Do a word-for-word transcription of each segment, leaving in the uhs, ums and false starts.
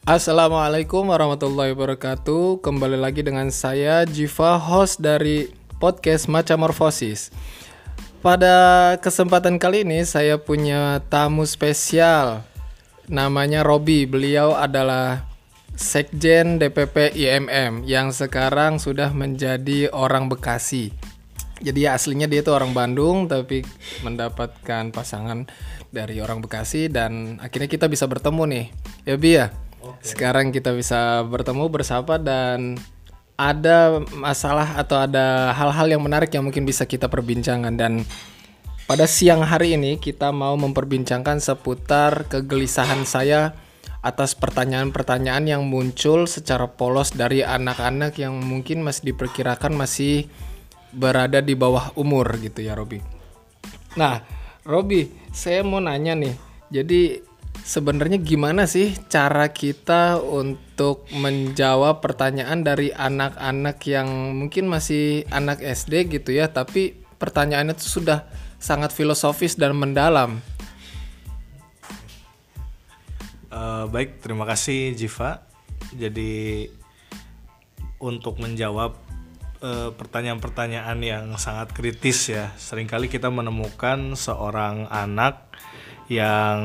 Assalamualaikum warahmatullahi wabarakatuh. Kembali lagi dengan saya Jiva, host dari podcast Macamorfosis. Pada kesempatan kali ini saya punya tamu spesial. Namanya Robi. Beliau adalah Sekjen D P P I M M yang sekarang sudah menjadi orang Bekasi. Jadi ya aslinya dia itu orang Bandung tapi mendapatkan pasangan dari orang Bekasi dan akhirnya kita bisa bertemu nih. Ya Bi ya. Oke. Sekarang kita bisa bertemu bersama dan ada masalah atau ada hal-hal yang menarik yang mungkin bisa kita perbincangkan. Dan pada siang hari ini kita mau memperbincangkan seputar kegelisahan saya atas pertanyaan-pertanyaan yang muncul secara polos dari anak-anak yang mungkin masih diperkirakan masih berada di bawah umur gitu ya Robi. Nah Robi, saya mau nanya nih, jadi sebenarnya gimana sih cara kita untuk menjawab pertanyaan dari anak-anak yang mungkin masih anak S D gitu ya, tapi pertanyaannya itu sudah sangat filosofis dan mendalam. Uh, baik, terima kasih Jiva. Jadi untuk menjawab uh, pertanyaan-pertanyaan yang sangat kritis ya, seringkali kita menemukan seorang anak yang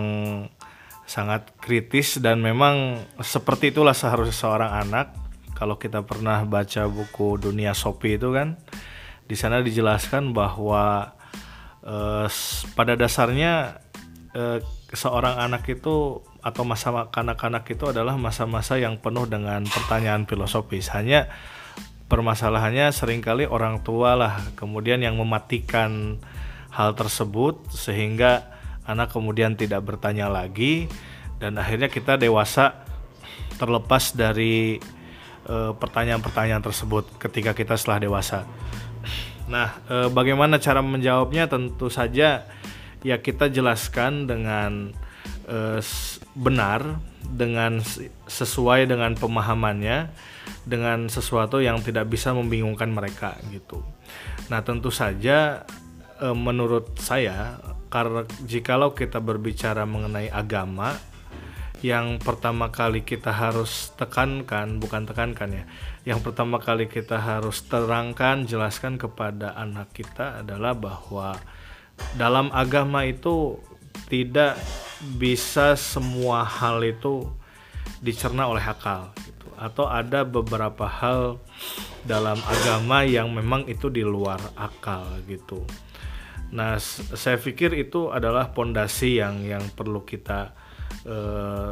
sangat kritis dan memang seperti itulah seharusnya seorang anak. Kalau kita pernah baca buku Dunia Sophie itu kan, di sana dijelaskan bahwa eh, pada dasarnya eh, seorang anak itu atau masa kanak-kanak itu adalah masa-masa yang penuh dengan pertanyaan filosofis. Hanya permasalahannya seringkali orang tua lah kemudian yang mematikan hal tersebut sehingga anak kemudian tidak bertanya lagi dan akhirnya kita dewasa terlepas dari e, pertanyaan-pertanyaan tersebut ketika kita setelah dewasa. Nah, e, bagaimana cara menjawabnya? Tentu saja ya kita jelaskan dengan e, benar, dengan sesuai dengan pemahamannya, dengan sesuatu yang tidak bisa membingungkan mereka gitu. Nah, tentu saja e, menurut saya, karena jikalau kita berbicara mengenai agama, yang pertama kali kita harus tekankan, bukan tekankan ya, yang pertama kali kita harus terangkan, jelaskan kepada anak kita adalah bahwa dalam agama itu tidak bisa semua hal itu dicerna oleh akal gitu. Atau ada beberapa hal dalam agama yang memang itu di luar akal gitu. Nah, saya pikir itu adalah pondasi yang yang perlu kita eh,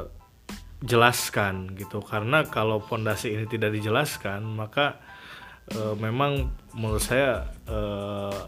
jelaskan gitu. Karena kalau pondasi ini tidak dijelaskan, maka eh, memang menurut saya eh,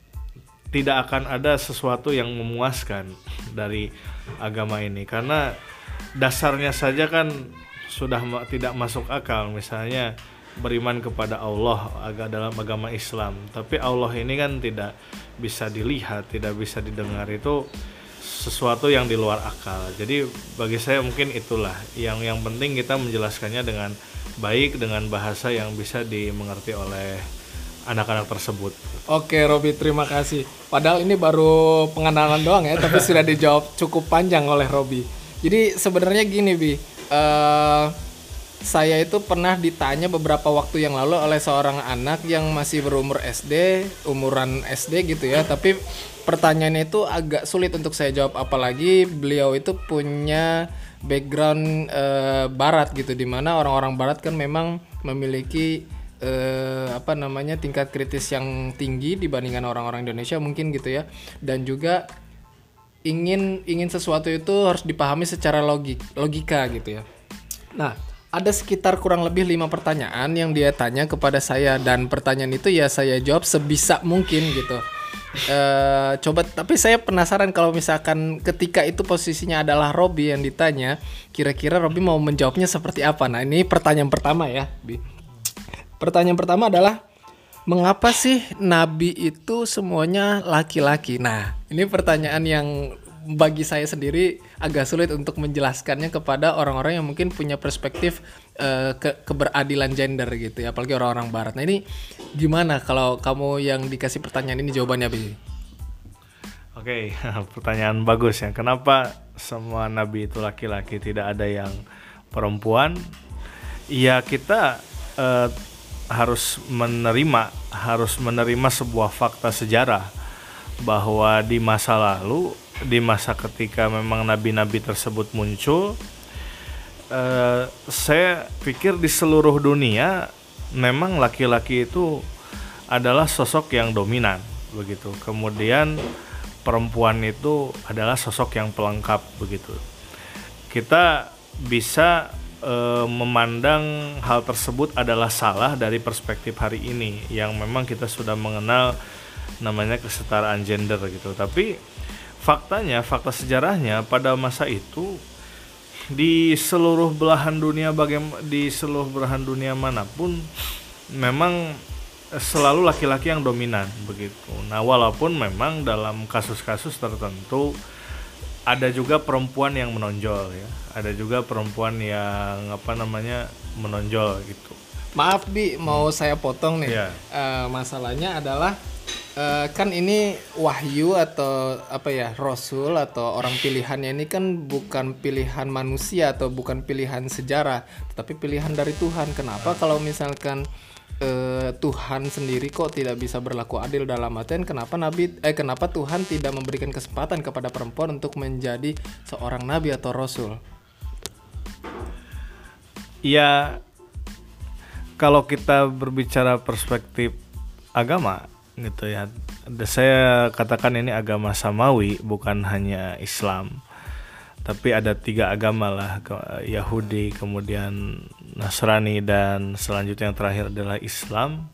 tidak akan ada sesuatu yang memuaskan dari agama ini. Karena dasarnya saja kan sudah ma- tidak masuk akal. Misalnya beriman kepada Allah agak dalam agama Islam, tapi Allah ini kan tidak bisa dilihat, tidak bisa didengar, itu sesuatu yang di luar akal. Jadi bagi saya mungkin itulah yang yang penting kita menjelaskannya dengan baik, dengan bahasa yang bisa dimengerti oleh anak-anak tersebut. Oke Robi, terima kasih. Padahal ini baru pengenalan doang ya, tapi sudah dijawab cukup panjang oleh Robi. Jadi sebenarnya gini Bi, uh, saya itu pernah ditanya beberapa waktu yang lalu oleh seorang anak yang masih berumur S D, umuran S D gitu ya. Tapi pertanyaannya itu agak sulit untuk saya jawab, apalagi beliau itu punya background eh, barat gitu, dimana orang-orang barat kan memang memiliki eh, apa namanya tingkat kritis yang tinggi dibandingkan orang-orang Indonesia mungkin gitu ya. Dan juga ingin ingin sesuatu itu harus dipahami secara logik, logika gitu ya. Nah, ada sekitar kurang lebih lima pertanyaan yang dia tanya kepada saya, dan pertanyaan itu ya saya jawab sebisa mungkin gitu. E, coba, tapi saya penasaran kalau misalkan ketika itu posisinya adalah Robi yang ditanya, kira-kira Robi mau menjawabnya seperti apa? Nah, ini pertanyaan pertama ya, Bi. Pertanyaan pertama adalah, mengapa sih Nabi itu semuanya laki-laki? Nah, ini pertanyaan yang bagi saya sendiri agak sulit untuk menjelaskannya kepada orang-orang yang mungkin punya perspektif uh, ke keberadilan gender gitu ya, apalagi orang-orang barat. Nah, ini gimana kalau kamu yang dikasih pertanyaan ini jawabannya, Bi? Oke, pertanyaan bagus ya. Kenapa semua nabi itu laki-laki, tidak ada yang perempuan, ya kita eh, harus menerima harus menerima sebuah fakta sejarah bahwa di masa lalu, di masa ketika memang nabi-nabi tersebut muncul, eh, saya pikir di seluruh dunia memang laki-laki itu adalah sosok yang dominan begitu. Kemudian perempuan itu adalah sosok yang pelengkap begitu. Kita bisa e, memandang hal tersebut adalah salah dari perspektif hari ini yang memang kita sudah mengenal namanya kesetaraan gender gitu. Tapi faktanya, fakta sejarahnya pada masa itu di seluruh belahan dunia bagaimana di seluruh belahan dunia manapun memang selalu laki-laki yang dominan begitu. Nah, walaupun memang dalam kasus-kasus tertentu ada juga perempuan yang menonjol ya. Ada juga perempuan yang apa namanya menonjol gitu. Maaf Bi, mau hmm. saya potong nih. Yeah. Uh, masalahnya adalah uh, kan ini wahyu atau apa ya, rasul atau orang pilihannya ini kan bukan pilihan manusia atau bukan pilihan sejarah, tetapi pilihan dari Tuhan. Kenapa kalau misalkan Uh, Tuhan sendiri kok tidak bisa berlaku adil, dalam artian kenapa nabi eh kenapa Tuhan tidak memberikan kesempatan kepada perempuan untuk menjadi seorang nabi atau rasul? Ya, kalau kita berbicara perspektif agama gitu ya, saya katakan ini agama samawi, bukan hanya Islam. Tapi ada tiga agama lah, Yahudi, kemudian Nasrani, dan selanjutnya yang terakhir adalah Islam.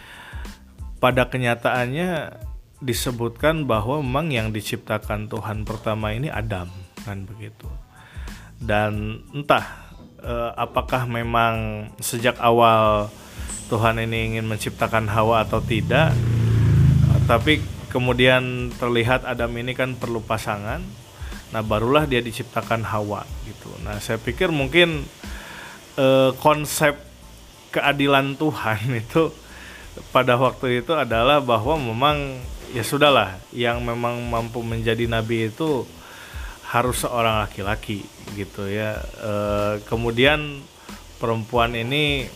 Pada kenyataannya disebutkan bahwa memang yang diciptakan Tuhan pertama ini Adam, kan begitu. Dan entah eh, apakah memang sejak awal Tuhan ini ingin menciptakan Hawa atau tidak, tapi kemudian terlihat Adam ini kan perlu pasangan. Nah, barulah dia diciptakan Hawa gitu. Nah, saya pikir mungkin eh, konsep keadilan Tuhan itu pada waktu itu adalah bahwa memang ya sudahlah, yang memang mampu menjadi nabi itu harus seorang laki-laki gitu ya. Eh, kemudian perempuan ini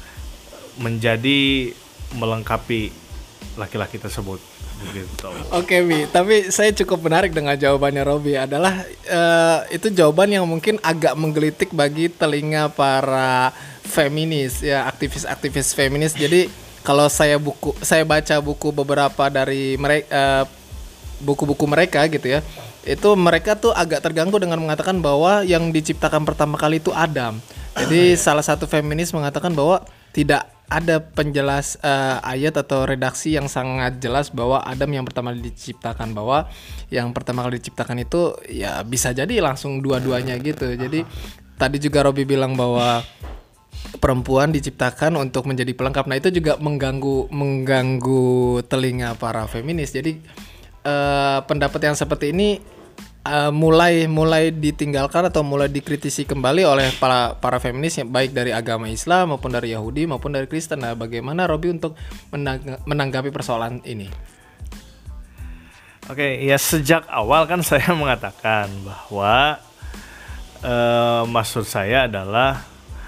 menjadi melengkapi laki-laki tersebut. Gitu. Oke Bi, tapi saya cukup menarik dengan jawabannya Robi, adalah uh, itu jawaban yang mungkin agak menggelitik bagi telinga para feminis ya, aktivis-aktivis feminis. Jadi kalau saya buku saya baca buku beberapa dari mereka uh, buku-buku mereka gitu ya, itu mereka tuh agak terganggu dengan mengatakan bahwa yang diciptakan pertama kali itu Adam. Jadi salah satu feminis mengatakan bahwa tidak ada penjelas uh, ayat atau redaksi yang sangat jelas bahwa Adam yang pertama kali diciptakan, bahwa yang pertama kali diciptakan itu ya bisa jadi langsung dua-duanya gitu. Jadi tadi juga Robi bilang bahwa perempuan diciptakan untuk menjadi pelengkap. Nah, itu juga mengganggu mengganggu telinga para feminis. Jadi uh, pendapat yang seperti ini Uh, mulai mulai ditinggalkan atau mulai dikritisi kembali oleh para para feminis yang baik dari agama Islam maupun dari Yahudi maupun dari Kristen. Nah, bagaimana Robi untuk menang- menanggapi persoalan ini? Oke, ya sejak awal kan saya mengatakan bahwa uh, maksud saya adalah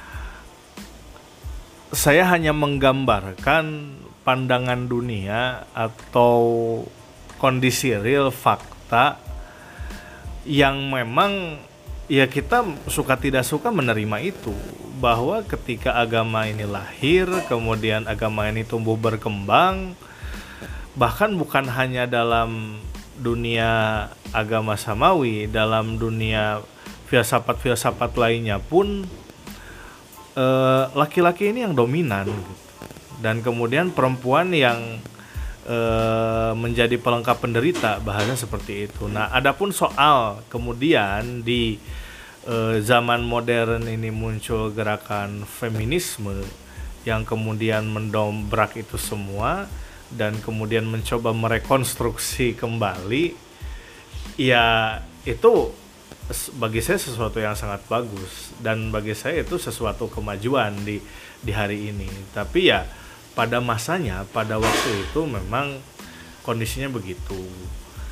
saya hanya menggambarkan pandangan dunia atau kondisi real, fakta yang memang ya kita suka tidak suka menerima itu, bahwa ketika agama ini lahir, kemudian agama ini tumbuh berkembang, bahkan bukan hanya dalam dunia agama samawi, dalam dunia filsafat-filsafat lainnya pun eh, laki-laki ini yang dominan gitu. Dan kemudian perempuan yang Uh, menjadi pelengkap penderita, bahasa seperti itu. Nah, adapun soal kemudian di uh, zaman modern ini muncul gerakan feminisme yang kemudian mendobrak itu semua dan kemudian mencoba merekonstruksi kembali, ya itu bagi saya sesuatu yang sangat bagus, dan bagi saya itu sesuatu kemajuan di di hari ini. Tapi ya pada masanya, pada waktu itu memang kondisinya begitu.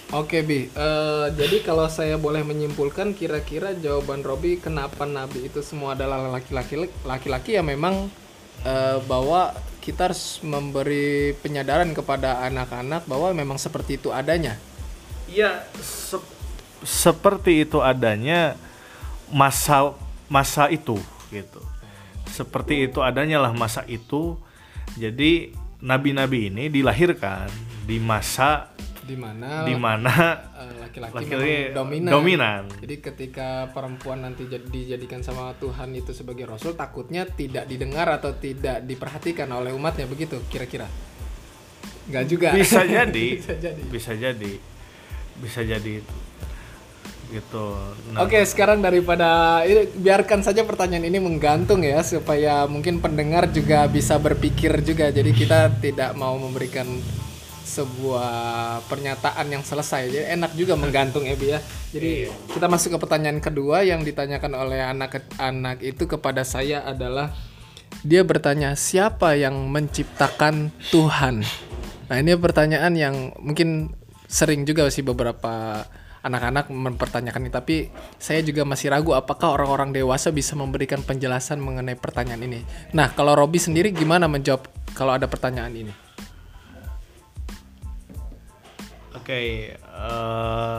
Oke Bi, Eh, jadi kalau saya boleh menyimpulkan kira-kira jawaban Robi kenapa Nabi itu semua adalah laki-laki laki-laki ya memang eh, bahwa kita harus memberi penyadaran kepada anak-anak bahwa memang seperti itu adanya. Iya, se- seperti itu adanya masa masa itu gitu. Seperti itu adanya lah masa itu. Jadi nabi-nabi ini dilahirkan di masa Di mana di mana eh, laki-laki laki-laki memang dominan. dominan. Jadi ketika perempuan nanti jadi- dijadikan sama Tuhan itu sebagai rasul, takutnya tidak didengar atau tidak diperhatikan oleh umatnya, begitu kira-kira. Enggak juga. Bisa jadi, Bisa jadi. bisa jadi, bisa jadi itu, gitu. Nah, Oke, sekarang daripada ini, biarkan saja pertanyaan ini menggantung ya, supaya mungkin pendengar juga bisa berpikir juga. Jadi kita tidak mau memberikan sebuah pernyataan yang selesai. Jadi enak juga menggantung ya, Bi ya. Jadi kita masuk ke pertanyaan kedua yang ditanyakan oleh anak-anak itu kepada saya adalah dia bertanya, siapa yang menciptakan Tuhan? Nah, ini pertanyaan yang mungkin sering juga sih beberapa anak-anak mempertanyakan ini, tapi saya juga masih ragu apakah orang-orang dewasa bisa memberikan penjelasan mengenai pertanyaan ini. Nah, kalau Robi sendiri gimana menjawab kalau ada pertanyaan ini? Oke, eh,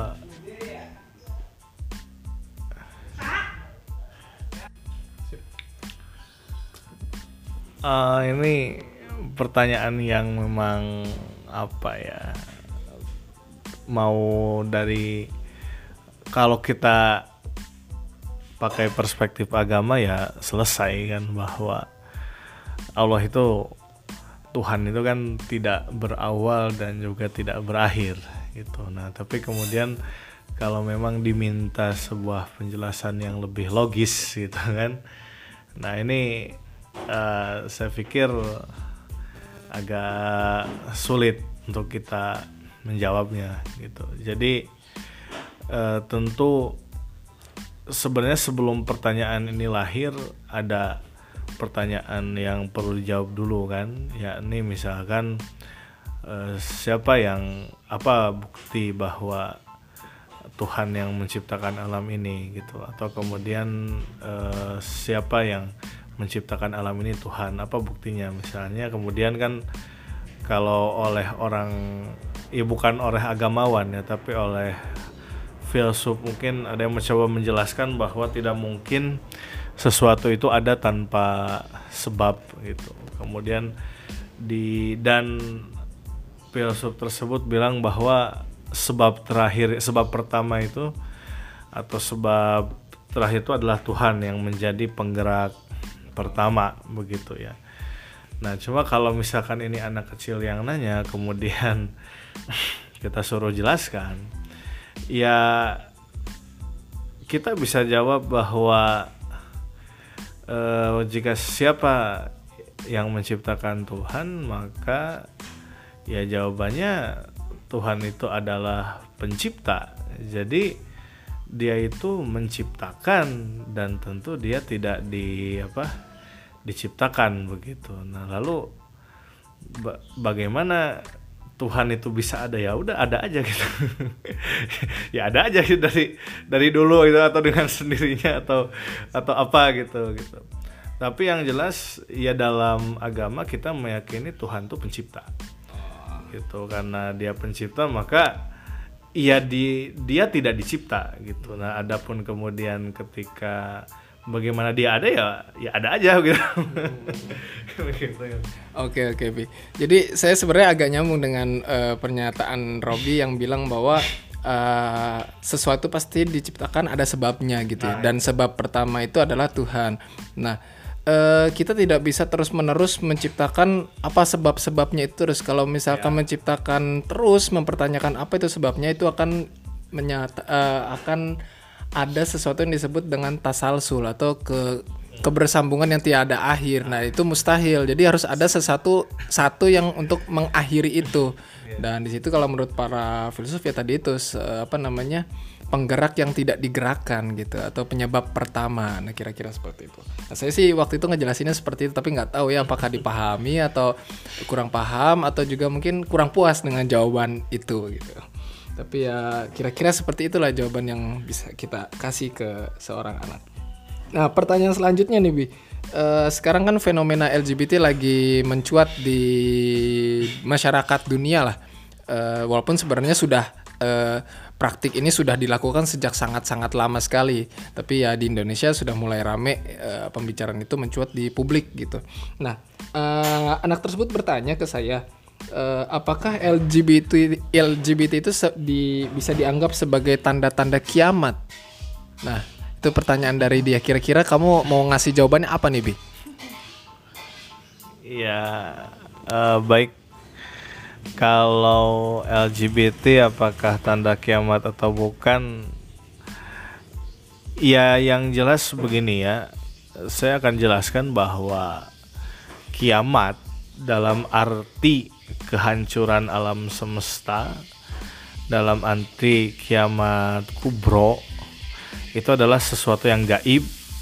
eh, ini pertanyaan yang memang apa ya, mau dari kalau kita pakai perspektif agama ya selesai kan, bahwa Allah itu Tuhan itu kan tidak berawal dan juga tidak berakhir gitu. Nah, tapi kemudian kalau memang diminta sebuah penjelasan yang lebih logis gitu kan. Nah, ini uh, saya pikir agak sulit untuk kita menjawabnya gitu. Jadi uh, tentu sebenarnya sebelum pertanyaan ini lahir ada pertanyaan yang perlu dijawab dulu kan, yakni misalkan eh, siapa yang apa bukti bahwa Tuhan yang menciptakan alam ini gitu, atau kemudian eh, siapa yang menciptakan alam ini Tuhan, apa buktinya misalnya. Kemudian kan kalau oleh orang ya bukan oleh agamawan ya, tapi oleh filsuf mungkin ada yang mencoba menjelaskan bahwa tidak mungkin sesuatu itu ada tanpa sebab gitu. Kemudian di dan filsuf tersebut bilang bahwa sebab terakhir, sebab pertama itu atau sebab terakhir itu adalah Tuhan yang menjadi penggerak pertama begitu ya. Nah, cuma kalau misalkan ini anak kecil yang nanya kemudian kita suruh jelaskan, ya kita bisa jawab bahwa Uh, jika siapa yang menciptakan Tuhan, maka ya jawabannya Tuhan itu adalah pencipta. Jadi dia itu menciptakan dan tentu dia tidak di apa diciptakan begitu. Nah, lalu ba- bagaimana Tuhan itu bisa ada? Ya udah ada aja gitu. Ya ada aja gitu dari dari dulu itu, atau dengan sendirinya atau atau apa gitu gitu. Tapi yang jelas ya dalam agama kita meyakini Tuhan itu pencipta. Gitu, karena dia pencipta maka ya di dia tidak dicipta gitu. Nah, adapun kemudian ketika bagaimana dia ada ya ya ada aja gitu. Oke oke Bi. Jadi saya sebenarnya agak nyambung dengan uh, pernyataan Robi yang bilang bahwa uh, sesuatu pasti diciptakan ada sebabnya gitu ya. Dan sebab pertama itu adalah Tuhan. Nah, uh, kita tidak bisa terus-menerus menciptakan apa sebab-sebabnya itu terus. Kalau misalkan ya. menciptakan terus mempertanyakan apa itu sebabnya, itu akan menyata uh, akan ada sesuatu yang disebut dengan tasalsul atau ke kebersambungan yang tiada akhir. Nah, itu mustahil. Jadi harus ada sesuatu satu yang untuk mengakhiri itu. Dan di situ kalau menurut para filsuf ya tadi itu apa namanya? penggerak yang tidak digerakkan gitu, atau penyebab pertama. Nah, kira-kira seperti itu. Nah, saya sih waktu itu ngejelasinnya seperti itu, tapi nggak tahu ya apakah dipahami atau kurang paham atau juga mungkin kurang puas dengan jawaban itu gitu. Tapi ya kira-kira seperti itulah jawaban yang bisa kita kasih ke seorang anak. Nah, pertanyaan selanjutnya nih Bi. Uh, sekarang kan fenomena L G B T lagi mencuat di masyarakat dunia lah. Uh, walaupun sebenarnya sudah uh, praktik ini sudah dilakukan sejak sangat-sangat lama sekali. Tapi ya di Indonesia sudah mulai rame uh, pembicaraan itu mencuat di publik gitu. Nah, uh, anak tersebut bertanya ke saya, Uh, apakah L G B T L G B T itu se- di, bisa dianggap sebagai tanda-tanda kiamat? Nah, itu pertanyaan dari dia. Kira-kira kamu mau ngasih jawabannya apa nih, Bi? Ya, uh, baik. Kalau L G B T apakah tanda kiamat atau bukan? Ya, yang jelas begini ya. Saya akan jelaskan bahwa kiamat dalam arti kehancuran alam semesta, dalam arti kiamat kubro, itu adalah sesuatu yang gaib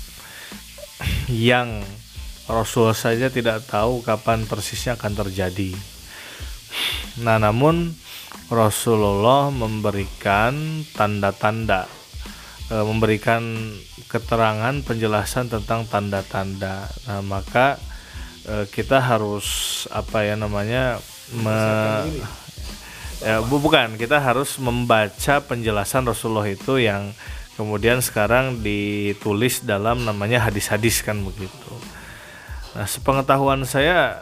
yang Rasul saja tidak tahu kapan persisnya akan terjadi. Nah, namun Rasulullah memberikan tanda-tanda, e, memberikan keterangan penjelasan tentang tanda-tanda. Nah, maka e, kita harus apa ya namanya me, ya, bu, bukan kita harus membaca penjelasan Rasulullah itu yang kemudian sekarang ditulis dalam namanya hadis-hadis kan begitu. Nah, sepengetahuan saya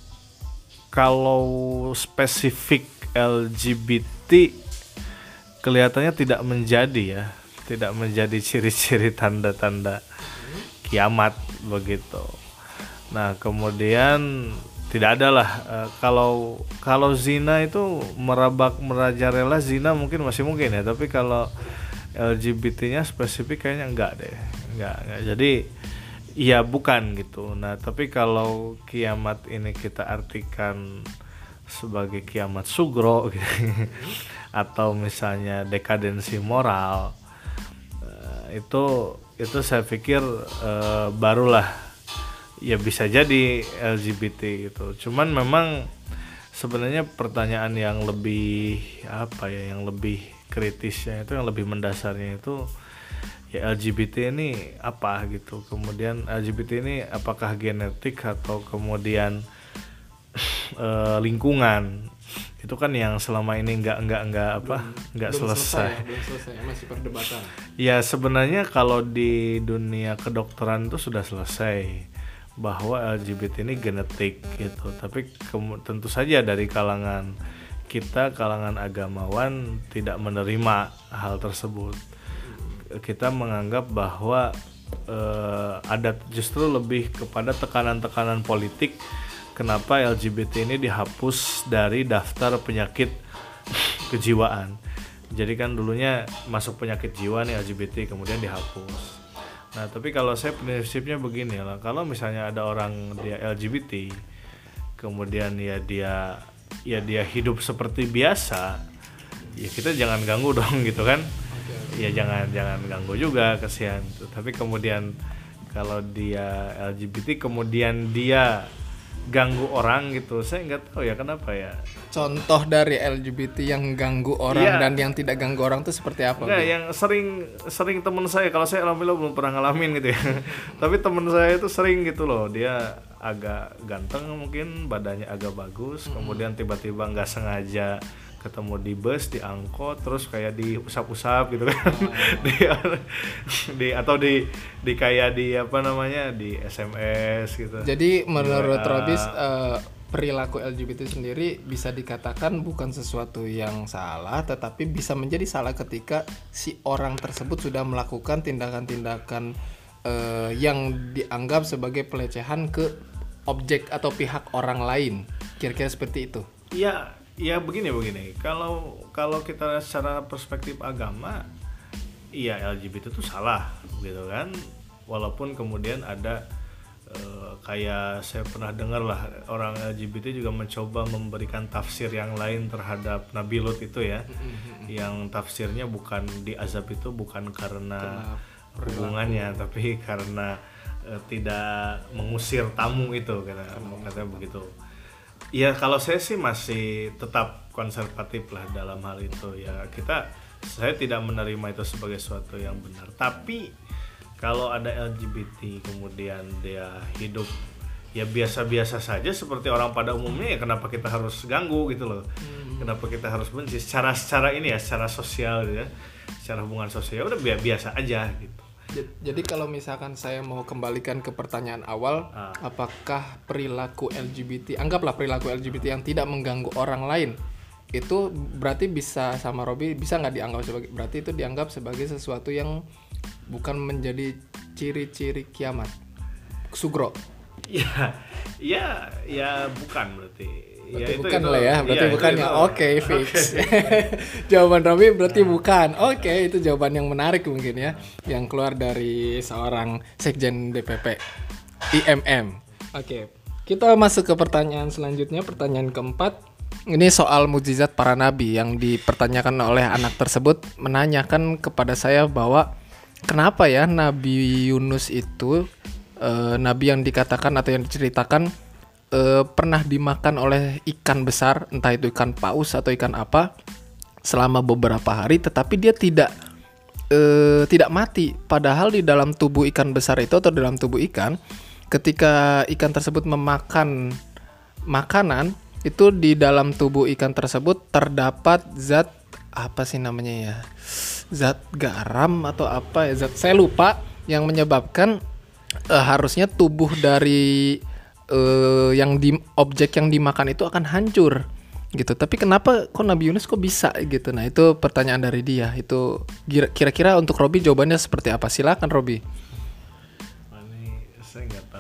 kalau spesifik L G B T kelihatannya tidak menjadi ya, tidak menjadi ciri-ciri tanda-tanda kiamat begitu. Nah, kemudian tidak ada lah uh, kalau kalau zina itu merabak merajalela, zina mungkin masih mungkin ya, tapi kalau L G B T-nya spesifik kayaknya enggak deh, enggak, enggak. Jadi ya bukan gitu. Nah, tapi kalau kiamat ini kita artikan sebagai kiamat sugro gitu, atau misalnya dekadensi moral, uh, itu itu saya pikir uh, barulah ya bisa jadi L G B T gitu. Cuman memang sebenarnya pertanyaan yang lebih apa ya, yang lebih kritisnya itu, yang lebih mendasarnya itu ya L G B T ini apa gitu. Kemudian L G B T ini apakah genetik atau kemudian e, lingkungan. Itu kan yang selama ini nggak nggak nggak apa nggak selesai. selesai ya, belum selesai, masih perdebatan. Ya sebenarnya kalau di dunia kedokteran itu sudah selesai bahwa L G B T ini genetik gitu, tapi ke- tentu saja dari kalangan kita, kalangan agamawan tidak menerima hal tersebut. Kita menganggap bahwa eh, ada justru lebih kepada tekanan-tekanan politik kenapa L G B T ini dihapus dari daftar penyakit kejiwaan. Jadi kan dulunya masuk penyakit jiwa nih L G B T, kemudian dihapus. Nah, tapi kalau saya prinsipnya begini lah, kalau misalnya ada orang dia L G B T, kemudian ya dia ya dia hidup seperti biasa, ya kita jangan ganggu dong gitu kan. Ya jangan jangan ganggu juga, kasihan. Tapi kemudian kalau dia L G B T kemudian dia ganggu orang gitu, saya nggak tahu ya kenapa ya. Contoh dari L G B T yang ganggu orang ya, dan yang tidak ganggu orang itu seperti apa? Enggak, yang sering sering temen saya, kalau saya alhamdulillah belum pernah ngalamin gitu ya. Tapi temen saya itu sering gitu loh, dia agak ganteng mungkin, badannya agak bagus, hmm. kemudian tiba-tiba nggak sengaja ketemu di bus, di angkot, terus kayak diusap-usap gitu kan. Oh. di, di atau di di kayak di apa namanya, di S M S gitu. Jadi menurut Robis uh, perilaku L G B T sendiri bisa dikatakan bukan sesuatu yang salah, tetapi bisa menjadi salah ketika si orang tersebut sudah melakukan tindakan-tindakan uh, yang dianggap sebagai pelecehan ke objek atau pihak orang lain. Kira-kira seperti itu. Iya. Ya begini begini, kalau kalau kita secara perspektif agama, iya L G B T itu salah, gitu kan. Walaupun kemudian ada e, kayak saya pernah dengar lah, orang L G B T juga mencoba memberikan tafsir yang lain terhadap Nabi Lut itu ya, yang tafsirnya bukan di azab itu bukan karena hubungannya, tapi karena e, tidak mengusir tamu itu, kata katanya begitu. Ya kalau saya sih masih tetap konservatif lah dalam hal itu ya. Kita saya tidak menerima itu sebagai sesuatu yang benar. Tapi kalau ada L G B T kemudian dia hidup ya biasa-biasa saja seperti orang pada umumnya, ya kenapa kita harus ganggu gitu loh. Hmm. Kenapa kita harus benci secara secara ini ya, secara sosial gitu ya. Secara hubungan sosial udah biasa aja gitu. Jadi kalau misalkan saya mau kembalikan ke pertanyaan awal, ah. apakah perilaku L G B T, anggaplah perilaku L G B T yang tidak mengganggu orang lain, itu berarti bisa sama Robi, bisa nggak dianggap sebagai, berarti itu dianggap sebagai sesuatu yang bukan menjadi ciri-ciri kiamat, sugro? Ya, ya, ya bukan berarti. Berarti ya, bukan itu, lah ya, berarti ya, bukan itu, ya. itu. Oke, okay, fix. Okay. Jawaban Robi berarti nah. bukan. Oke, okay, itu jawaban yang menarik mungkin ya, yang keluar dari seorang sekjen D P P I M M. Oke, okay. Kita masuk ke pertanyaan selanjutnya, pertanyaan keempat. Ini soal mukjizat para nabi yang dipertanyakan oleh anak tersebut, menanyakan kepada saya bahwa kenapa ya Nabi Yunus itu e, nabi yang dikatakan atau yang diceritakan e, pernah dimakan oleh ikan besar, entah itu ikan paus atau ikan apa, selama beberapa hari, tetapi dia tidak e, tidak mati. Padahal di dalam tubuh ikan besar itu atau dalam tubuh ikan, ketika ikan tersebut memakan makanan, itu di dalam tubuh ikan tersebut terdapat zat apa sih namanya ya, zat garam atau apa ya, zat saya lupa, yang menyebabkan uh, harusnya tubuh dari uh, yang di objek yang dimakan itu akan hancur gitu. Tapi kenapa kok Nabi Yunus kok bisa gitu? Nah itu pertanyaan dari dia. Itu kira-kira untuk Robi jawabannya seperti apa? Silakan Robi. Ini saya nggak tahu.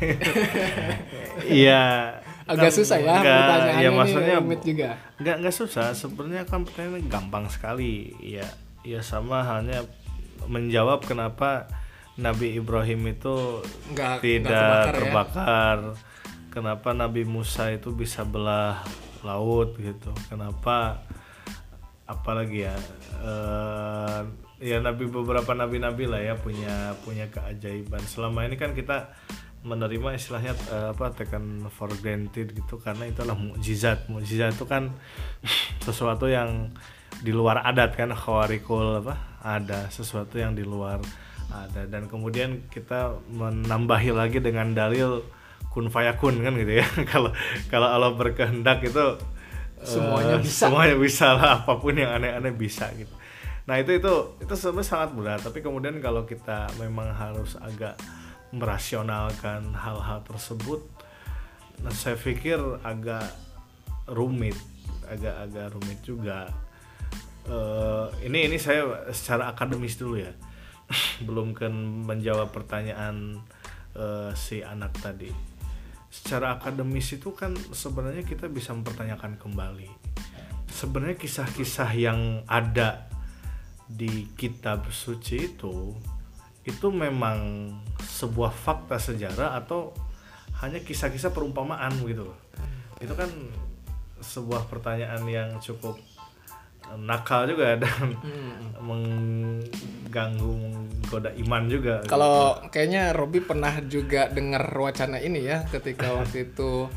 Iya. Agak susah ya pertanyaannya, ya, maksudnya rumit juga. Nggak nggak susah, sebenarnya kan pertanyaannya gampang sekali. Ya ya sama halnya menjawab kenapa Nabi Ibrahim itu nggak, tidak nggak terbakar, terbakar. Ya? Kenapa Nabi Musa itu bisa belah laut gitu. Kenapa apalagi ya uh, ya nabi beberapa nabi-nabi lah ya punya punya keajaiban. Selama ini kan kita menerima istilahnya uh, apa taken for granted gitu, karena itu adalah mukjizat. Mukjizat itu kan sesuatu yang di luar adat kan, khawarikul apa ada sesuatu yang di luar ada, dan kemudian kita menambahi lagi dengan dalil kun fayakun kan gitu ya. Kalau kalau Allah berkehendak itu semuanya uh, bisa semuanya bisa lah, apapun yang aneh-aneh bisa gitu. Nah itu itu itu sebenarnya sangat berat, tapi kemudian kalau kita memang harus agak merasionalkan hal-hal tersebut, nah saya pikir agak rumit, agak-agak rumit juga. Uh, ini ini saya secara akademis dulu ya, belum kan menjawab pertanyaan uh, si anak tadi. Secara akademis itu kan sebenarnya kita bisa mempertanyakan kembali. Sebenarnya kisah-kisah yang ada di kitab suci itu itu memang sebuah fakta sejarah atau hanya kisah-kisah perumpamaan gitu. Itu kan sebuah pertanyaan yang cukup nakal juga dan hmm. mengganggu, menggoda iman juga. Kalau gitu. Kayaknya Robi pernah juga dengar wacana ini ya, ketika waktu itu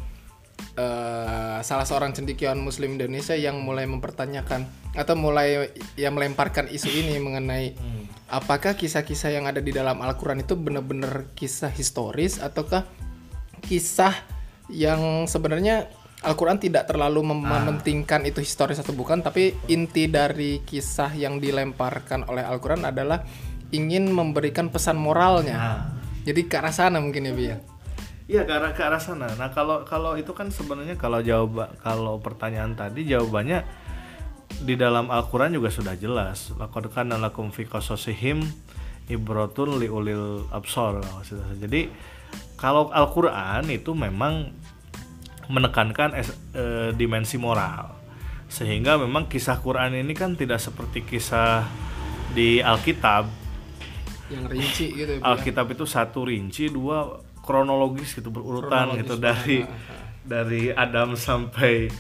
uh, salah seorang cendekiawan Muslim Indonesia yang mulai mempertanyakan atau mulai yang melemparkan isu ini mengenai hmm. apakah kisah-kisah yang ada di dalam Al-Quran itu benar-benar kisah historis ataukah kisah yang sebenarnya Al-Quran tidak terlalu mem- ah. mementingkan itu historis atau bukan, tapi inti dari kisah yang dilemparkan oleh Al-Quran adalah ingin memberikan pesan moralnya. Ah. Jadi ke arah sana mungkin ya, Bi ya. Iya, ke arah ke arah sana. Nah, kalau kalau itu kan sebenarnya kalau jawab kalau pertanyaan tadi jawabannya di dalam Al-Quran juga sudah jelas. Laqad kana lakum fi qasasihim ibratun liulil absar. Jadi kalau Al-Quran itu memang menekankan es, e, dimensi moral, sehingga memang kisah Quran ini kan tidak seperti kisah di Alkitab yang rinci gitu ya. Alkitab itu satu rinci, dua kronologis gitu, berurutan kronologis gitu dari nah, dari Adam sampai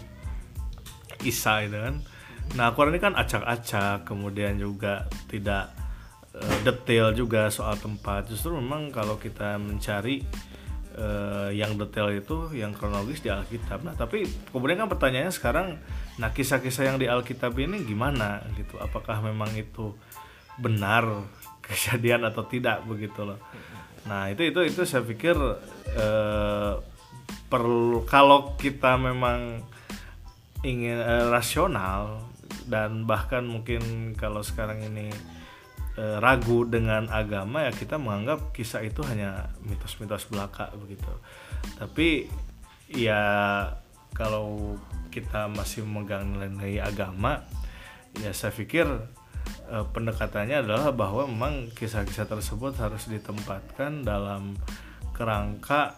Isa itu kan. Nah, Quran ini kan acak-acak, kemudian juga tidak e, detail juga soal tempat. Justru memang kalau kita mencari uh, yang detail itu, yang kronologis di Alkitab. Nah tapi kemudian kan pertanyaannya sekarang, nah kisah-kisah yang di Alkitab ini gimana gitu? Apakah memang itu benar kejadian atau tidak begitu loh? Nah itu itu itu saya pikir uh, perlu, kalau kita memang ingin uh, rasional dan bahkan mungkin kalau sekarang ini uh, ragu dengan agama, ya kita menganggap kisah itu hanya mitos-mitos belaka begitu. Tapi ya kalau kita masih memegang nilai agama, ya saya pikir uh, pendekatannya adalah bahwa memang kisah-kisah tersebut harus ditempatkan dalam kerangka,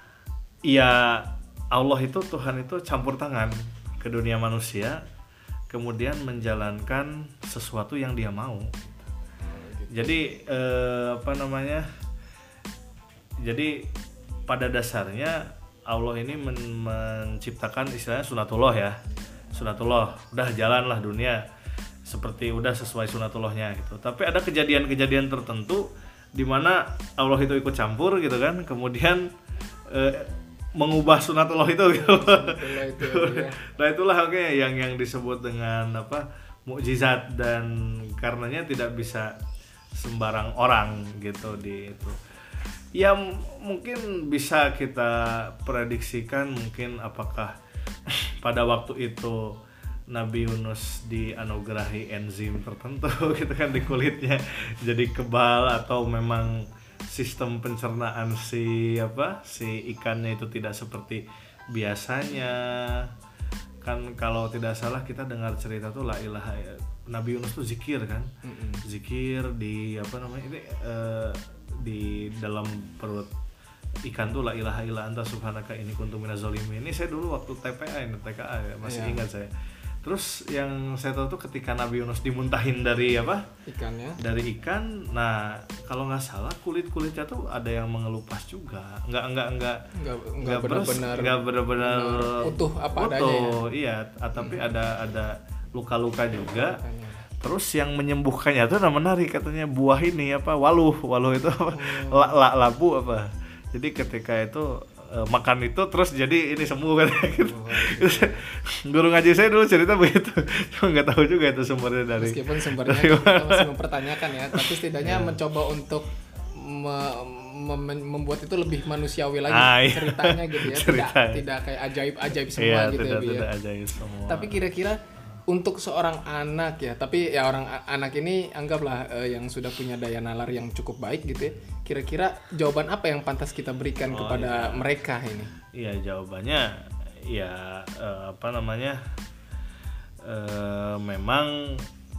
ya Allah itu, Tuhan itu campur tangan ke dunia manusia, kemudian menjalankan sesuatu yang Dia mau. Jadi eh, apa namanya? Jadi pada dasarnya Allah ini men- menciptakan istilahnya sunatullah ya, sunatullah, udah jalanlah dunia seperti udah sesuai sunatullahnya gitu. Tapi ada kejadian-kejadian tertentu di mana Allah itu ikut campur gitu kan, kemudian eh, mengubah sunatullah itu gitu. Sunatullah itu, ya. Nah itulah oke okay, yang yang disebut dengan apa, mukjizat, dan karenanya tidak bisa sembarang orang gitu di itu. Ya m- mungkin bisa kita prediksikan mungkin apakah pada waktu itu Nabi Yunus dianugerahi enzim tertentu gitu kan di kulitnya jadi kebal, atau memang sistem pencernaan si apa si ikannya itu tidak seperti biasanya. Kan kalau tidak salah kita dengar cerita tuh la ilaha, Nabi Yunus tuh zikir kan, mm-hmm. zikir di apa namanya ini uh, di dalam perut ikan tuh la ilaha illa anta subhanaka inni kuntu minaz zalimin. Ini saya dulu waktu T P A ini T K A ya, masih yeah. ingat saya. Terus yang saya tahu tuh ketika Nabi Yunus dimuntahin dari apa? Ikannya. Dari ikan. Nah, kalau nggak salah kulit-kulitnya tuh ada yang mengelupas juga. Nggak nggak nggak nggak nggak benar-benar nggak benar-benar utuh apa utuh, adanya. Ya? Iya, tapi hmm. ada ada luka-luka juga. Lukanya. Terus yang menyembuhkannya tuh namanya menarik, katanya buah ini apa? Waluh, waluh itu apa? Oh. La, la, labu apa? Jadi ketika itu makan itu terus jadi ini sembuh kan gitu. Oh, gitu. Guru ngaji saya dulu cerita begitu, cuma nggak tahu juga itu sumbernya dari. Meskipun sumbernya kita masih mempertanyakan ya, tapi setidaknya yeah. mencoba untuk me- mem- membuat itu lebih manusiawi lagi ah, iya. ceritanya gitu ya, Cerita. tidak tidak kayak ajaib-ajaib semua yeah, gitu tidak, ya. Tidak ajaib semua. Tapi kira-kira untuk seorang anak ya, tapi ya orang anak ini anggaplah uh, yang sudah punya daya nalar yang cukup baik gitu ya. Kira-kira jawaban apa yang pantas kita berikan oh, kepada iya. mereka ini? Iya, jawabannya ya uh, apa namanya? Uh, memang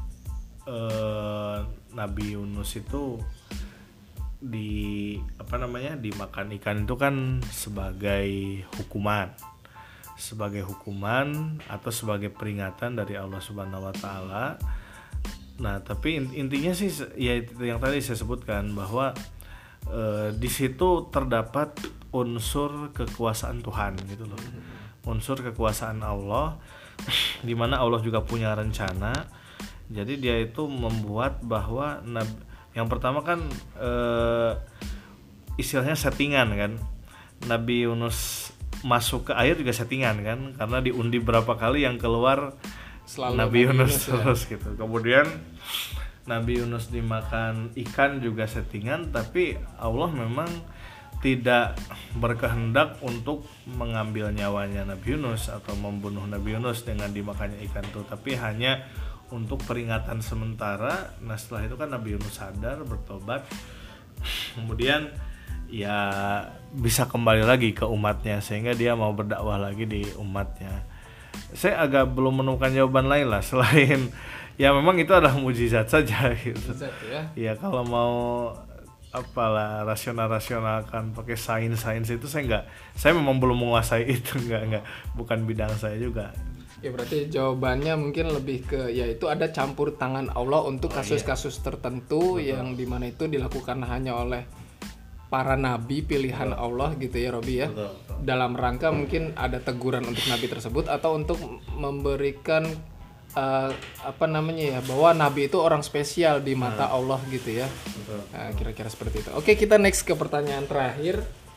uh, Nabi Yunus itu di apa namanya? dimakan ikan itu kan sebagai hukuman. sebagai hukuman atau sebagai peringatan dari Allah Subhanahu wa taala. Nah, tapi intinya sih ya itu yang tadi saya sebutkan bahwa e, di situ terdapat unsur kekuasaan Tuhan gitu loh. Unsur kekuasaan Allah di mana Allah juga punya rencana. Jadi dia itu membuat bahwa yang pertama kan e, istilahnya settingan kan. Nabi Yunus masuk ke air juga settingan kan, karena diundi berapa kali yang keluar selalu Nabi Yunus, Yunus terus ya. gitu. Kemudian Nabi Yunus dimakan ikan juga settingan, tapi Allah memang tidak berkehendak untuk mengambil nyawanya Nabi Yunus atau membunuh Nabi Yunus dengan dimakannya ikan itu, tapi hanya untuk peringatan sementara. Nah setelah itu kan Nabi Yunus sadar, bertobat, kemudian ya bisa kembali lagi ke umatnya sehingga dia mau berdakwah lagi di umatnya. Saya agak belum menemukan jawaban lain lah selain ya memang itu adalah mujizat saja gitu. Mujizat, ya. Ya kalau mau apalah rasional-rasionalkan pakai sains-sains itu saya nggak, saya memang belum menguasai itu, nggak nggak bukan bidang saya juga. Ya berarti jawabannya mungkin lebih ke ya itu ada campur tangan Allah untuk kasus-kasus oh, iya. tertentu. Betul. Yang dimana itu dilakukan hanya oleh para nabi pilihan betul. Allah gitu ya Robi ya. Betul, betul. Dalam rangka mungkin ada teguran untuk nabi tersebut atau untuk memberikan uh, apa namanya ya, bahwa nabi itu orang spesial di mata hmm. Allah gitu ya. Betul. Nah, kira-kira seperti itu. Oke, kita next ke pertanyaan terakhir.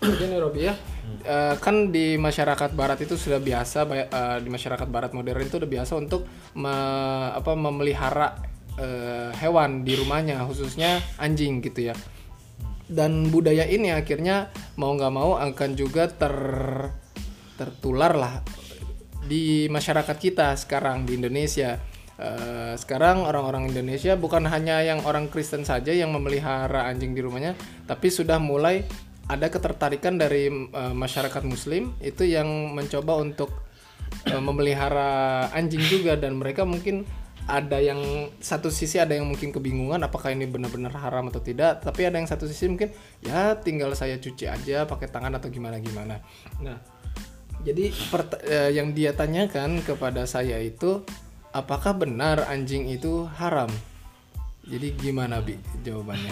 Begini Robi ya, eh, kan di masyarakat Barat itu sudah biasa, ba- eh, di masyarakat Barat modern itu udah biasa untuk me- apa, memelihara eh, hewan di rumahnya, khususnya anjing gitu ya. Dan budaya ini akhirnya mau nggak mau akan juga ter tertular lah di masyarakat kita sekarang di Indonesia. Eh, sekarang orang-orang Indonesia bukan hanya yang orang Kristen saja yang memelihara anjing di rumahnya, tapi sudah mulai ada ketertarikan dari eh, masyarakat Muslim itu yang mencoba untuk eh, memelihara anjing juga, dan mereka mungkin ada yang satu sisi ada yang mungkin kebingungan apakah ini benar-benar haram atau tidak, tapi ada yang satu sisi mungkin ya tinggal saya cuci aja pakai tangan atau gimana gimana. Nah, jadi pert- eh, yang dia tanyakan kepada saya itu apakah benar anjing itu haram? Jadi gimana Bi jawabannya?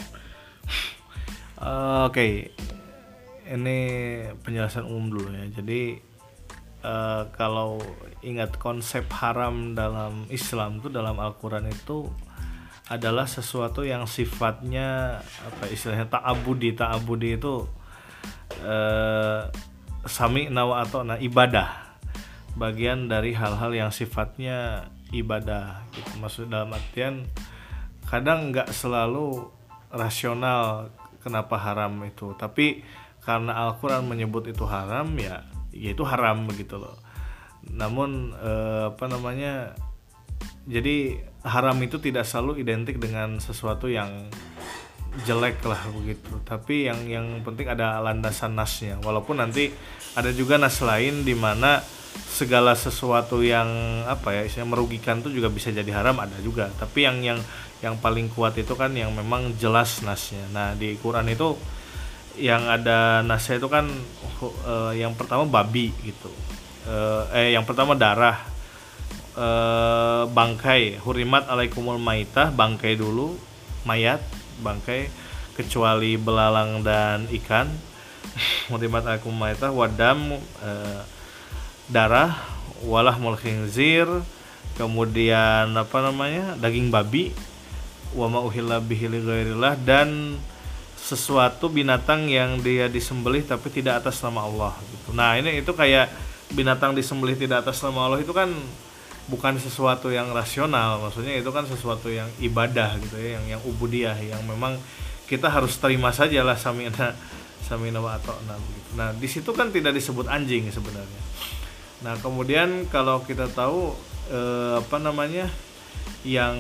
Eh, Oke, ini penjelasan umum dulu ya. Jadi eh, kalau ingat konsep haram dalam Islam itu, dalam Al-Quran itu adalah sesuatu yang sifatnya apa istilahnya ta'abudi. Ta'abudi itu eh, sami nawa atau nah ibadah, bagian dari hal-hal yang sifatnya ibadah gitu. Maksud dalam artian kadang nggak selalu rasional kenapa haram itu, tapi karena Al-Quran menyebut itu haram ya, ya itu haram begitu loh. Namun eh, apa namanya, jadi haram itu tidak selalu identik dengan sesuatu yang jelek lah begitu, tapi yang yang penting ada landasan nasnya. Walaupun nanti ada juga nas lain di mana segala sesuatu yang apa ya istilahnya merugikan itu juga bisa jadi haram, ada juga. Tapi yang yang yang paling kuat itu kan yang memang jelas nasnya. Nah di Quran itu yang ada nasnya itu kan uh, yang pertama babi gitu, uh, eh yang pertama darah, uh, bangkai, hurimat alaikumul maitah, bangkai dulu, mayat, bangkai, kecuali belalang dan ikan. Hurimat alaikumul maitah, wadam, uh, darah, walahmul khinzir, kemudian apa namanya daging babi, wa ma uhilla bihi li ghairillah, dan sesuatu binatang yang dia disembelih tapi tidak atas nama Allah gitu. Nah ini itu kayak binatang disembelih tidak atas nama Allah itu kan bukan sesuatu yang rasional, maksudnya itu kan sesuatu yang ibadah gitu ya, yang yang ubudiyah, yang memang kita harus terima saja lah samina samina wa ata'na gitu. Nah di situ kan tidak disebut anjing sebenarnya. Nah kemudian kalau kita tahu eh, apa namanya yang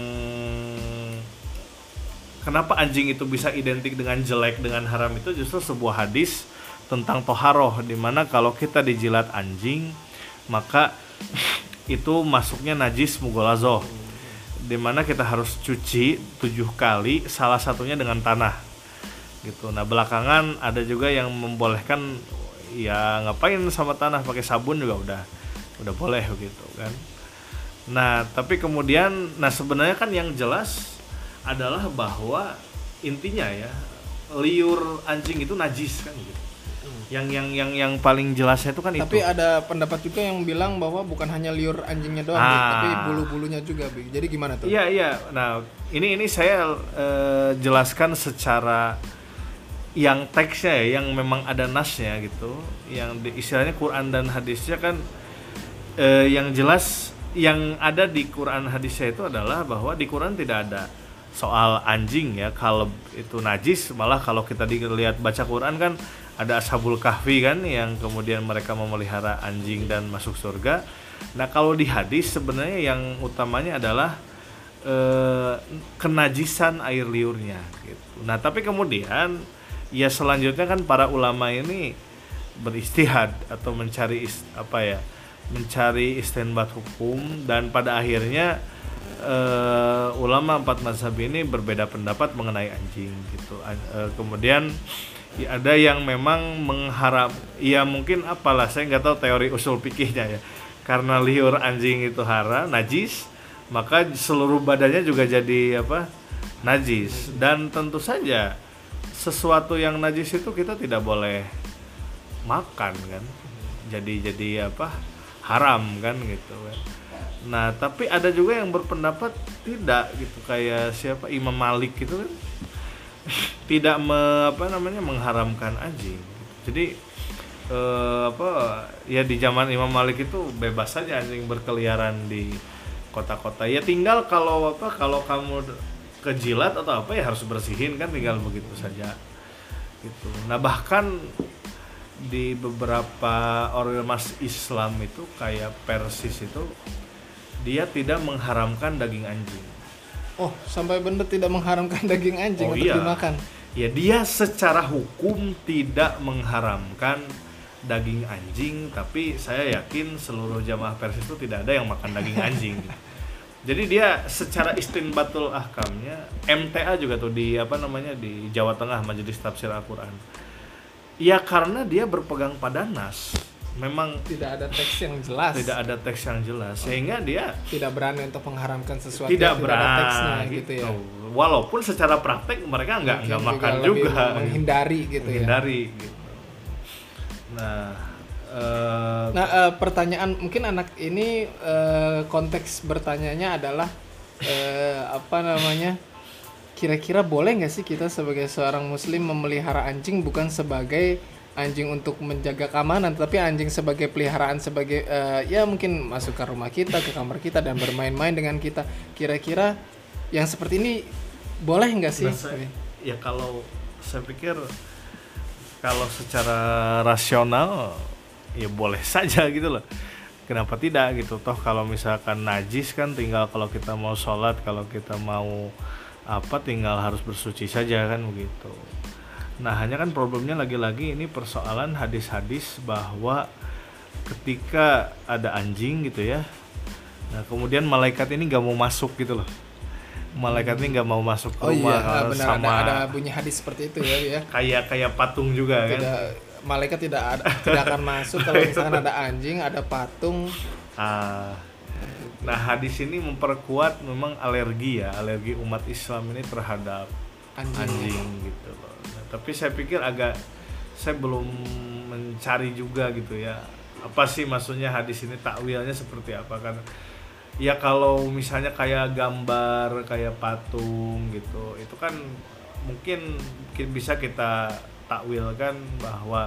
kenapa anjing itu bisa identik dengan jelek, dengan haram, itu justru sebuah hadis tentang toharoh, dimana kalau kita dijilat anjing maka itu masuknya najis mugolazoh, dimana kita harus cuci tujuh kali, salah satunya dengan tanah gitu. Nah belakangan ada juga yang membolehkan ya ngapain sama tanah, pakai sabun juga udah udah boleh begitu kan. Nah tapi kemudian nah sebenarnya kan yang jelas adalah bahwa intinya ya liur anjing itu najis kan gitu. Hmm. Yang yang yang yang paling jelasnya itu kan tapi itu. Tapi ada pendapat juga yang bilang bahwa bukan hanya liur anjingnya doang, ah. tapi bulu-bulunya juga, Bi. Jadi gimana tuh? Iya iya. Nah ini ini saya eh, jelaskan secara yang teksnya ya, yang memang ada nasnya gitu, yang di, istilahnya Quran dan hadisnya kan eh, yang jelas yang ada di Quran hadisnya itu adalah bahwa di Quran tidak ada soal anjing ya, kalau itu najis. Malah kalau kita dilihat baca Quran kan ada Ashabul Kahfi kan yang kemudian mereka memelihara anjing dan masuk surga. Nah kalau di hadis sebenarnya yang utamanya adalah eh, kenajisan air liurnya gitu. Nah tapi kemudian ya selanjutnya kan para ulama ini beristihad atau mencari ist, apa ya mencari istinbat hukum, dan pada akhirnya Uh, ulama empat mazhab ini berbeda pendapat mengenai anjing gitu. Uh, kemudian ya ada yang memang mengharap, ya mungkin apalah saya nggak tahu teori usul fikihnya ya. Karena liur anjing itu haram, najis, maka seluruh badannya juga jadi apa? Najis. Dan tentu saja sesuatu yang najis itu kita tidak boleh makan kan. Jadi jadi apa? Haram kan gitu kan. Nah, tapi ada juga yang berpendapat tidak gitu, kayak siapa Imam Malik gitu kan. Tidak me, apa namanya mengharamkan anjing. Jadi eh, apa ya di zaman Imam Malik itu bebas saja anjing berkeliaran di kota-kota. Ya tinggal kalau apa kalau kamu kejilat atau apa ya harus bersihin kan, tinggal begitu saja gitu. Nah bahkan di beberapa ormas Islam itu kayak Persis itu dia tidak mengharamkan daging anjing. Oh, sampai benar tidak mengharamkan daging anjing Oh, untuk iya. dimakan. Ya dia secara hukum tidak mengharamkan daging anjing, tapi saya yakin seluruh jamaah Persis itu tidak ada yang makan daging anjing. Jadi dia secara istinbatul ahkamnya, M T A juga tuh di apa namanya di Jawa Tengah, Majelis Tafsir Al-Qur'an. Ya karena dia berpegang pada nas, memang Tidak ada teks yang jelas. tidak ada teks yang jelas, sehingga dia Tidak berani untuk mengharamkan sesuatu tidak yang tidak ada teksnya berani gitu, gitu. ya. Walaupun secara praktek mereka nggak nggak Mungkin makan lebih juga, menghindari gitu ya. menghindari gitu. Nah, eh, Nah, eh, pertanyaan mungkin anak ini eh, konteks bertanyanya adalah eh, apa namanya? Kira-kira boleh nggak sih kita sebagai seorang muslim memelihara anjing bukan sebagai anjing untuk menjaga keamanan, tapi anjing sebagai peliharaan, sebagai eh, ya mungkin masuk ke rumah kita, ke kamar kita dan bermain-main dengan kita. Kira-kira yang seperti ini boleh nggak sih? nah, saya- ya kalau saya pikir kalau secara rasional ya boleh saja gitu loh. Kenapa tidak gitu? Toh kalau misalkan najis kan tinggal kalau kita mau sholat, kalau kita mau apa tinggal harus bersuci saja kan begitu. Nah hanya kan problemnya lagi-lagi ini persoalan hadis-hadis bahwa ketika ada anjing gitu ya, nah kemudian malaikat ini nggak mau masuk gitu loh. Malaikat ini nggak mau masuk ke Oh iya, rumah ah, benar sama ada, ada bunyi hadis seperti itu ya, ya. kayak kayak patung juga kan. Tidak, malaikat tidak ada, tidak akan masuk kalau misalkan ada anjing, ada patung. Ah, nah hadis ini memperkuat memang alergi ya, alergi umat Islam ini terhadap Anjing. anjing gitu loh. Nah, tapi saya pikir agak saya belum mencari juga gitu ya. Apa sih maksudnya hadis ini, takwilnya seperti apa kan? Ya kalau misalnya kayak gambar, kayak patung gitu, itu kan mungkin ki- bisa kita takwilkan bahwa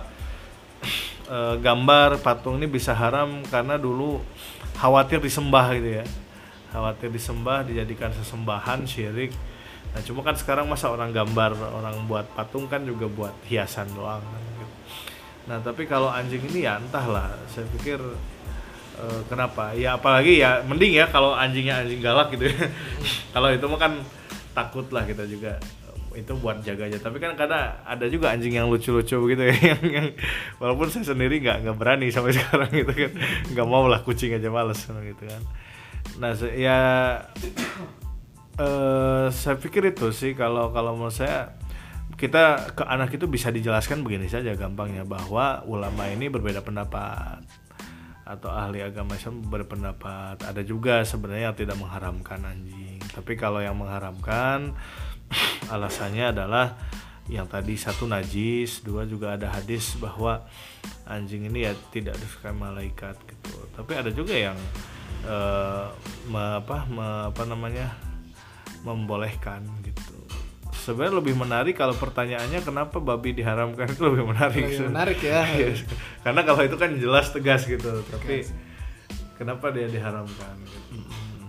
e, gambar patung ini bisa haram karena dulu khawatir disembah gitu ya, khawatir disembah, dijadikan sesembahan, syirik. Nah cuma kan sekarang masa orang gambar, orang buat patung kan juga buat hiasan doang kan, gitu. Nah tapi kalau anjing ini ya entahlah, saya pikir eh, kenapa ya, apalagi ya mending ya kalau anjingnya anjing galak gitu ya. Kalau itu mah kan takut lah kita juga, itu buat jaga aja. Tapi kan kadang ada juga anjing yang lucu-lucu gitu ya, yang, yang walaupun saya sendiri nggak nggak berani sampai sekarang gitu kan, nggak mau lah, kucing aja males gitu kan. Nah se- ya eh, saya pikir itu sih kalau kalau menurut saya, kita ke anak itu bisa dijelaskan begini saja gampangnya, bahwa ulama ini berbeda pendapat atau ahli agama Islam berpendapat. Ada juga sebenarnya yang tidak mengharamkan anjing, tapi kalau yang mengharamkan alasannya adalah yang tadi, satu najis, dua juga ada hadis bahwa anjing ini ya tidak disukai malaikat gitu. Tapi ada juga yang eh, me, apa, me, apa namanya membolehkan gitu. Sebenarnya lebih menarik kalau pertanyaannya kenapa babi diharamkan, itu lebih menarik. Lebih menarik ya. Yes. Karena kalau itu kan jelas tegas gitu, tapi kenapa dia diharamkan gitu.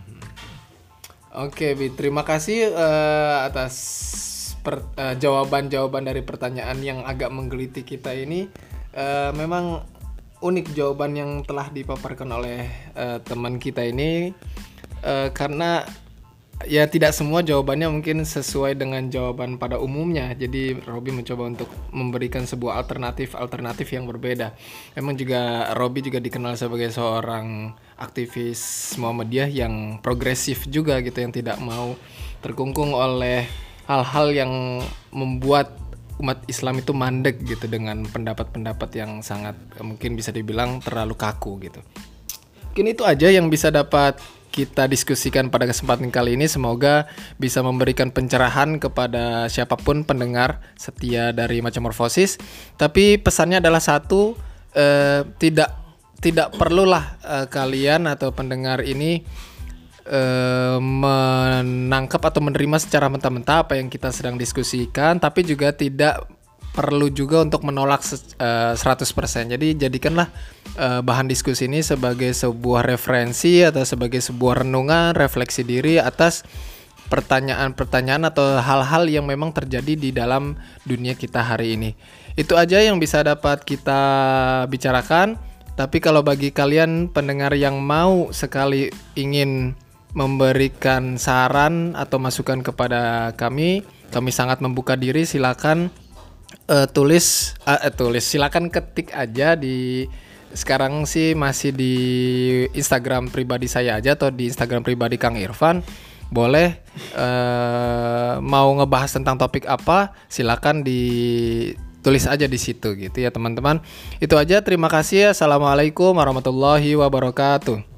Oke, Bi, terima kasih eh, atas per- eh, jawaban-jawaban dari pertanyaan yang agak menggelitik kita ini. Eh, memang unik jawaban yang telah dipaparkan oleh eh, teman kita ini, eh, karena ya tidak semua jawabannya mungkin sesuai dengan jawaban pada umumnya. Jadi Robi mencoba untuk memberikan sebuah alternatif-alternatif yang berbeda. Memang juga Robi juga dikenal sebagai seorang aktivis Muhammadiyah yang progresif juga gitu, yang tidak mau terkungkung oleh hal-hal yang membuat umat Islam itu mandek gitu dengan pendapat-pendapat yang sangat eh, mungkin bisa dibilang terlalu kaku gitu. Mungkin itu aja yang bisa dapat kita diskusikan pada kesempatan kali ini. Semoga bisa memberikan pencerahan kepada siapapun pendengar setia dari Macamorfosis. Tapi pesannya adalah satu, eh, tidak tidak perlulah eh, kalian atau pendengar ini eh, menangkap atau menerima secara mentah-mentah apa yang kita sedang diskusikan, tapi juga tidak perlu juga untuk menolak se- eh, seratus persen. Jadi jadikanlah eh, bahan diskusi ini sebagai sebuah referensi atau sebagai sebuah renungan, refleksi diri atas pertanyaan-pertanyaan atau hal-hal yang memang terjadi di dalam dunia kita hari ini. Itu aja yang bisa dapat kita bicarakan. Tapi kalau bagi kalian pendengar yang mau sekali ingin memberikan saran atau masukan kepada kami, kami sangat membuka diri. Silakan uh, tulis, uh, tulis, silakan ketik aja di sekarang sih masih di Instagram pribadi saya aja atau di Instagram pribadi Kang Irfan. Boleh uh, mau ngebahas tentang topik apa, silakan ditulis aja di situ gitu ya teman-teman. Itu aja, terima kasih. Assalamualaikum warahmatullahi wabarakatuh.